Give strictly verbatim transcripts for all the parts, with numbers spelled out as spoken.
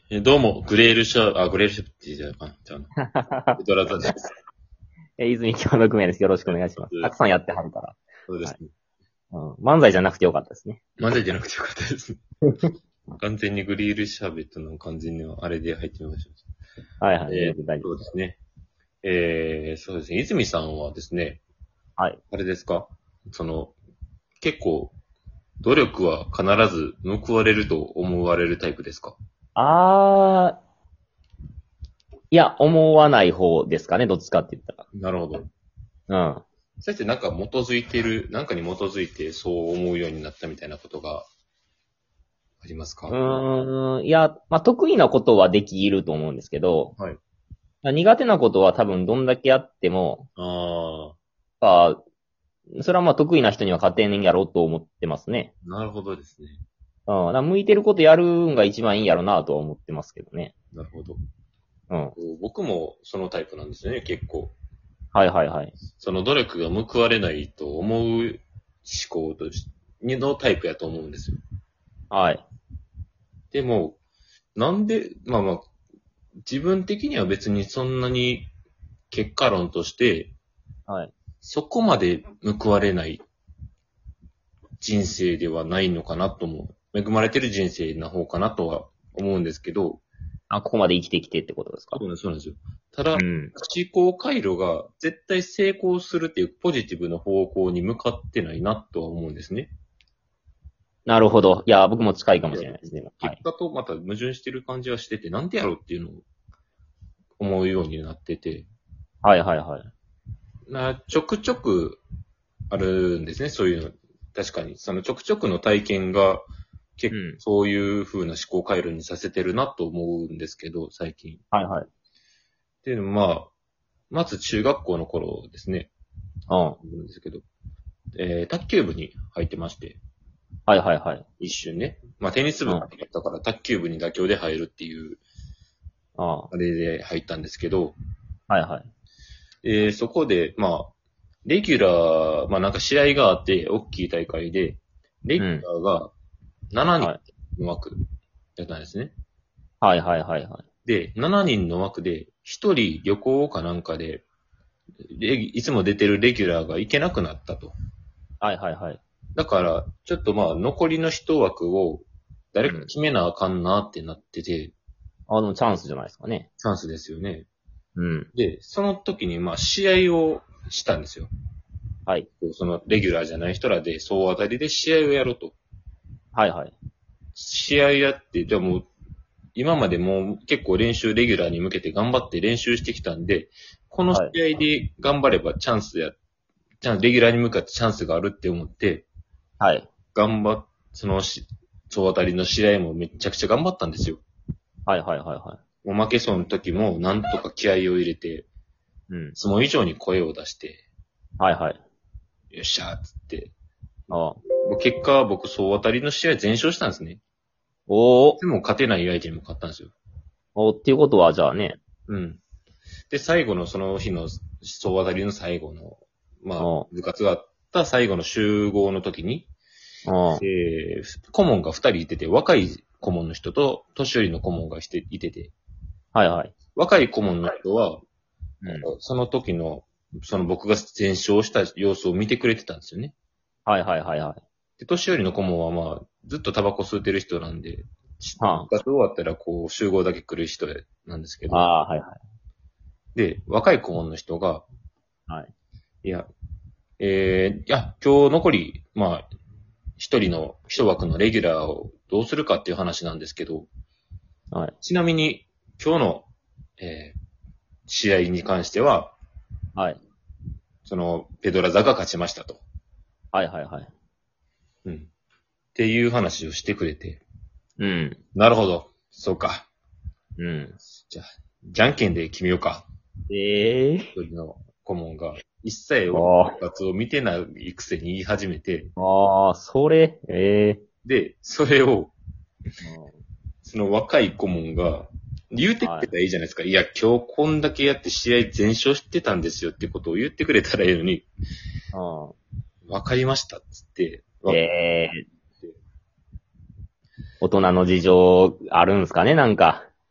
えどうも、グレールシャー、あ、グレールシャーって言うかな。じゃあ、ペトラザです。 え、泉協力名です。よろしくお願いします。たくさんやってはるから。 そうですね。 はい。うん。漫才じゃなくてよかったですね。 漫才じゃなくてよかったです。完全にグリールシャーベットの完全にあれで入ってみましょはいはい。 う。えー、 全然大丈夫です。 そうですね。えー、そうですね。泉さんはですね、 はい。 あれですかその、結構、努力は必ず報われると思われるタイプですか？ あー、いや、思わない方ですかね。どっちかって言ったなるほど。 ら。うん。 それってなんか基づいてる、なんかに基づいてそう思うようになったみたいなことがありますうか？ ーん、いや、まあ、得意なことはできると思うんですけど、 はい。 まあ苦手なことは多分どんだけやっても、 ああそれはまあ得意な人には勝てんやろうと思ってますね。 ー、なるほどですね。 うん。だから向いてることやるんが一番いいんやろなとは思ってますけどね。 なるほど。 うん。 僕もそのタイプなんですよね、結構。 はいはいはい。 その努力が報われないと思う思考としのタイプやと思うんですよ。 はい。 でも、なんで、まあまあ、自分的には別にそんなに結果論として、 はい。 そこまで報われない人生ではないのかなと思う。恵まれてる人生な方かなとは思うんですけど、 あ、ここまで生きてきてってことですか？ そうなんです、そうなんですよ。ただ、思うん。 考回路が絶対成功するっていうポジティブな方向に向かってないなとは思うんですね。 なるほど。いや、僕も近いかもしれないですね。はい。 結果とまた矛盾してる感じはしてて、なんでやろうっていうのを思うようになってて、 はいはいはい。 なちょくちょくあるんですね、そういうの。確かに。そのちょくちょくの体験が結構うん。 そういう風な思考回路にさせてるなと思うんですけど、最近。 はいはい。 っていうのは、まあ、まず中学校の頃ですね。 うん。は思うんですけど、えー、卓球部に入ってまして、 いはいはい。 一瞬ね。まあテニス部だうん。 ったから卓球部に妥協で入るっていう、 ああ。 あれで入ったんですけど、 はいはい。 えー、そこで、まあ、レギュラー、まあなんか試合があって、大きい大会で、レギュうん。 ラーがしちにはい。 んの枠だったんですね。 はいはいはいはい。 で、しちにんの枠で、ひとり旅行かなんかで、レギいつも出てるレギュラーが行けなくなったと。 はいはいはい。 だから、ちょっとまあ、残りの一枠を誰かうん。 決めなあかんなってなってて、 あ、でもチャンスじゃないですかね。 チャンスですよね。 うん。 で、その時にまあ、試合をしたんですよ。 はい。 そのレギュラーじゃない人らで総当たりで試合をやろうと。 はいはい。 試合やって、じゃあもう、今までもう結構練習レギュラーに向けて頑張って練習してきたんで、この試はい。 合で頑張ればチャンスや、チャンレギュラーに向かってチャンスがあるって思って、 はい。 頑張っ、そのし、総当たりの試合もめちゃくちゃ頑張ったんですよ。 はいはいはいはもう負けそうな時もなんとか気合を入れて、いい。うん。 つも以上に声を出して、 はいはい。 よっしゃーっつって、 ああ。 もう結果僕総当たりの試合全勝したんですね。 おー。 でも勝てない相手にも勝ったんですよ。 おーっていうことは、じゃあね。 うん。で、最後のその日の総当たりの最後の、まあ、 お部活があった最後の集合の時に、 ー。 えー、顧問が二人いてて、若い顧問の人と年寄りの顧問がしていてて、 はいはい。 若い顧問の人は、 うん。 その時の、その僕が全勝した様子を見てくれてたんですよね。 はいはいはいはい。 で、年寄りの顧問はまあ、ずっとタバコ吸ってる人なんで、 は部活終わったらこう、集合だけ来る人なんですけあ。 ど、 ああ、はいはい。 で、若い顧問の人が、 はい。 いや、えー、いや、今日残り、まあ、一人の、一枠のレギュラーをどうするかっていう話なんですけど、 はい。 ちなみに、今日の、えー、試合に関しては、 はい。そその、ペドラザが勝ちましたと。 はいはいはい。 うん。っていう話をしてくれて、 うん。 なるほど。そうか。 うん。 じゃあ、じゃんけんで決めようか。 ええ一人の顧問が、一切俺のー。あ部活を見てないくせに言い始めて、 あ。ああ、それ、ええで、それを、 ー。 その若い顧問が、言うてくれたらいいじゃないですか。いや、今日こんだけやって試合全勝してたんですよってことを言ってくれたらいいのに、 うん。 わかりましたっつって、わかっええて、 大人の事情あるんすかね、なんか。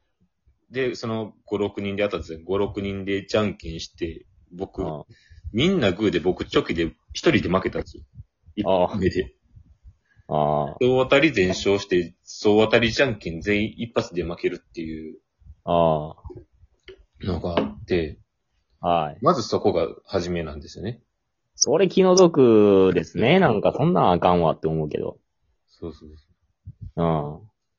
で、そのご、ろくにんでやったんですよ。ご、ろくにんでじゃんけんして、僕、 あみんなグーで僕チョキで一人で負けたんですよ。一あ発目で。 ああ、 総当たり全勝して、総当たりじゃんけん全員一発で負けるっていうあのがあって、 あ、はい。 まずそこが初めなんですよね。 それ気の毒ですね。なんかそんなんあかんわって思うけど。 そうそうそう。 うん。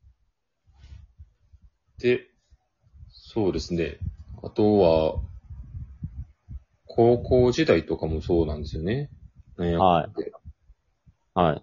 で、そうですね。あとは、高校時代とかもそうなんですよね。なんやはい。 って。 はい。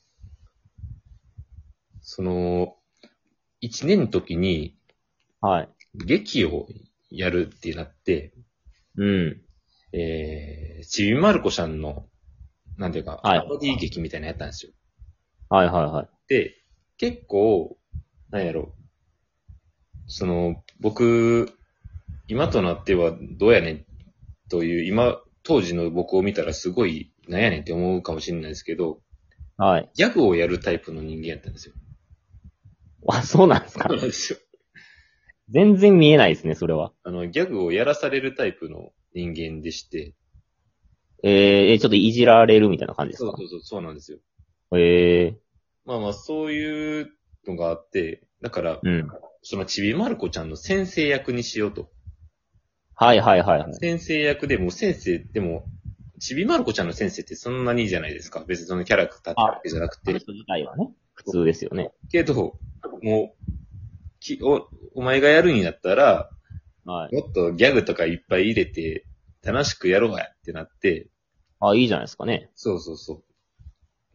その、一年の時にはい。 劇をやるってなって、 うん。 えー、ちびまる子ちゃんの、なんていうか、 はいパロディ劇みたいなのやったんですよ。 はいはいはい。 で、結構、なんやろ、その、僕、今となってはどうやねんという、今、当時の僕を見たらすごい、なんやねんって思うかもしれないですけど、 はい。 ギャグをやるタイプの人間やったんですよ。 あ、そうなんですそうか。 なんですよ。 全然見えないですね、それは。 あの、ギャグをやらされるタイプの人間でして、 えー、えちょっといじられるみたいな感じですか？ そうそうそう、そうなんですよ。 ええまあまあ、そういうのがあって、だから、 ー、うん。 そのちびまる子ちゃんの先生役にしようと。 はいはいはいはい。 先生役でも先生、でも、ちびまる子ちゃんの先生ってそんなにいいじゃないですか。別にそのキャラクターってわけじゃなくて。 あの人自体はね、普通ですよね。 けど、もう、きお、お前がやるんやったら、 はい。 もっとギャグとかいっぱい入れて、楽しくやろうやってなって、 あ、いいじゃないですかね。 そうそうそう。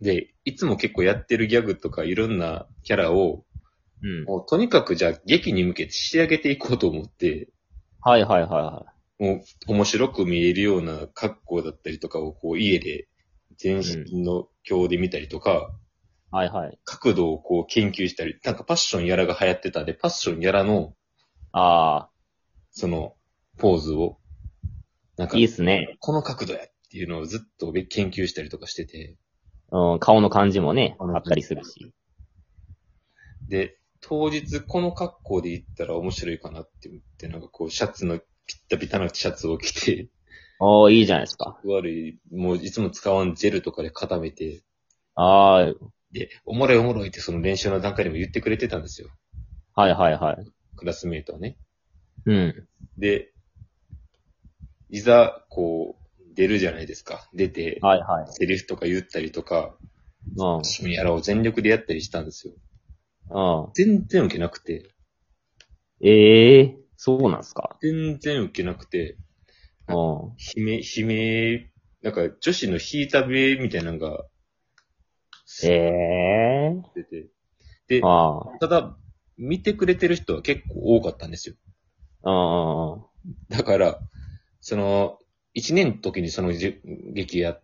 で、いつも結構やってるギャグとかいろんなキャラを、 うん。 もうとにかくじゃあ劇に向けて仕上げていこうと思って、 はいはいはいはもう面白く見えるような格好だったりとかをこう家で全身の鏡で見たりとか、 い。はいはい。 角度をこう研究したり、なんかパッションやらが流行ってたんで、パッションやらの、 あその、ポーズを、なんあ、 かいいっすね。 この角度やっていうのをずっと研究したりとかしてて、 うん、顔の感じもね、 顔のあったりするし。 で、当日この格好で行ったら面白いかなって思って、なんかこうシャツのピッタピタなシャツを着て、 おー、いいじゃないですか。 悪い、もういつも使わんジェルとかで固めて、 ああ、 で、おもろいおもろいってその練習の段階でも言ってくれてたんですよ。 はいはいはい。 クラスメイトはね。 うん。 で、いざ、こう、出るじゃないですか。出て、 はいはい。 セリフとか言ったりとか、 うん。 一緒にやらを全力でやったりしたんですよ。 うん。 全然受けなくて、 ええー、そうなんすか。 全然受けなくて、 うん。 悲鳴、悲鳴、なんか女子の引いた目みたいなのがええー、 出て、で、 あただ、見てくれてる人は結構多かったんですよ。 あ、うんうんだから、その、いちねんの時にそのじ劇やって、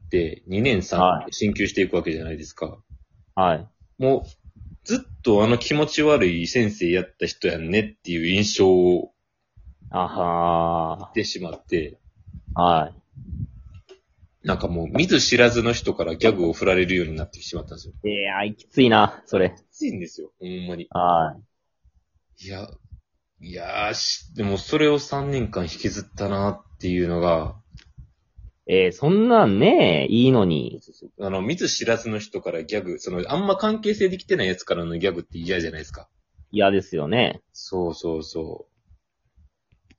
にねんさんはで進級していくわけじゃないですか。 はい。 もう、ずっとあの気持ち悪い先生やった人やんねっていう印象をあはしてしまって、 ー。はい。 なんかもう見ず知らずの人からギャグを振られるようになってしまったんですよ。 いやー、きついな、それ。 きついんですよ、ほんまに。 はいや、いやーし、でもそれをさんねんかん引きずったなっていうのが、 い。えー、そんなんね、いいのに。 あの、見ず知らずの人からギャグ、その、あんま関係性できてないやつからのギャグって嫌じゃないですか。 嫌ですよね。 そうそうそう。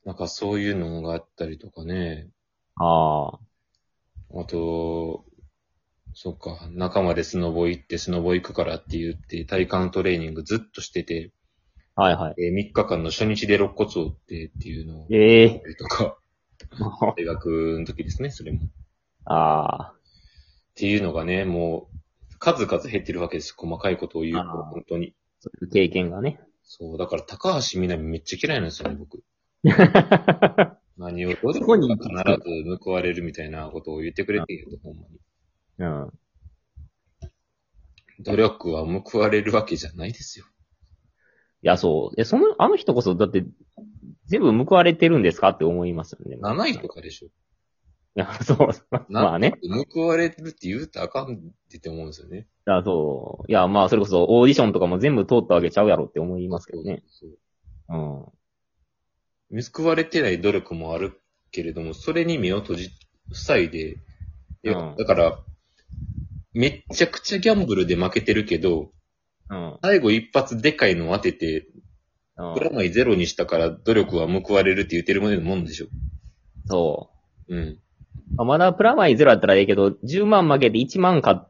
なんかそういうのがあったりとかね。 ああ。 あと、そっか、仲間でスノボ行ってスノボ行くからって言って体幹トレーニングずっとしてて、 はいはい。 えー、みっかかんの初日で肋骨を折ってっていうのを、 ええとか、 ー。 大学の時ですね、それも。っあていうのがね、もう、数々減ってるわけですよ。細かいことを言うと、 あー本当に。 そういう経験がね。 そう、だから高橋みなみめっちゃ嫌いなんですよね、僕。何をどうそこに必ず報われるみたいなことを言ってくれていると、ほんまに。 うん。 努力は報われるわけじゃないですよ。 いや、そう。え、その、あの人こそ、だって、全部報われてるんですかって思いますよね。 なないとかでしょ。 いや、そう。まあね。 報われるって言うとあかんって思うんですよね。 いや、そう。いや、まあ、それこそ、オーディションとかも全部通ったわけちゃうやろって思いますけどね。 そうそうそう。 うん。 報われてない努力もあるけれども、それに目を閉じ、塞いで、いやうんだから、めっちゃくちゃギャンブルで負けてるけど、 うん。 最後一発でかいのを当てて、 うんプラマイゼロにしたから努力は報われるって言ってるもんでしょ。 そうん。 う。まあまだプラマイゼロやったらいいけど、じゅうまん負けていちまん買って、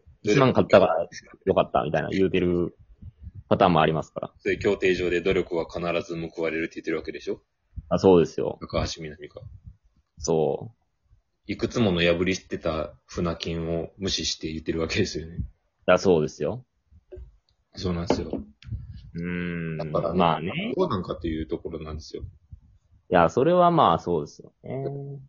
いちまん買ったからよかったみたいな言うてるパターンもありますから。 そういう協定上で努力は必ず報われるって言ってるわけでしょ。 あ、そうですよ。 高橋みなみが。 そいくつもの破り捨てた船金を無視して言ってるわけですよね。 う。だそうですよ。 そうなんですよ。 うーん。 だからねまあね。 どうなんかというところなんですよ。 いや、それはまあそうですよね。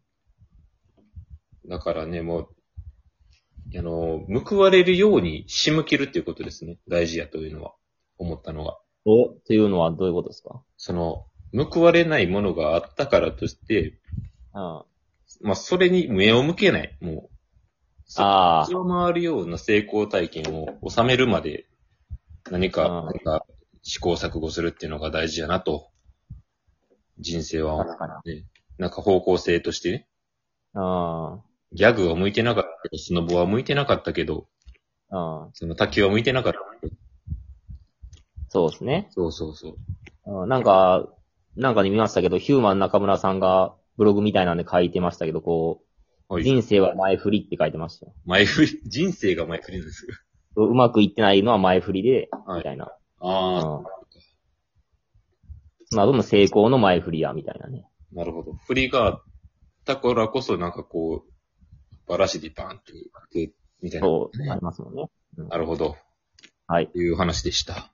だからね、もう、あの、報われるように仕向けるっていうことですね。大事やというのは、思ったのが。 おっていうのはどういうことですか？ その、報われないものがあったからとして、 うん。あまあ、それに目を向けない。もう、 あ。 そを回るような成功体験を収めるまで、何か、 うん何か試行錯誤するっていうのが大事やなと、人生は、 確かに。 ね、なんか方向性としてね、 あギャグは向いてなかったけど、スノボは向いてなかったけど、 あ。うん。 その卓球は向いてなかったけど、 そうですね。 そうそうそう。 うん、なんか、なんかで見ましたけど、ヒューマン中村さんがブログみたいなんで書いてましたけど、こう、 はい人生は前振りって書いてましたよ。 前振り、人生が前振りなんですよ。 うまくいってないのは前振りで、 はいみたいな。 ああ、 うん。まあ、でも成功の前振りや、みたいなね。 なるほど。振りがあったからこそ、なんかこう、バラシでバーンって、みたいな。 そう、ありますもんね。うん、 なるほど。 はい。 という話でした。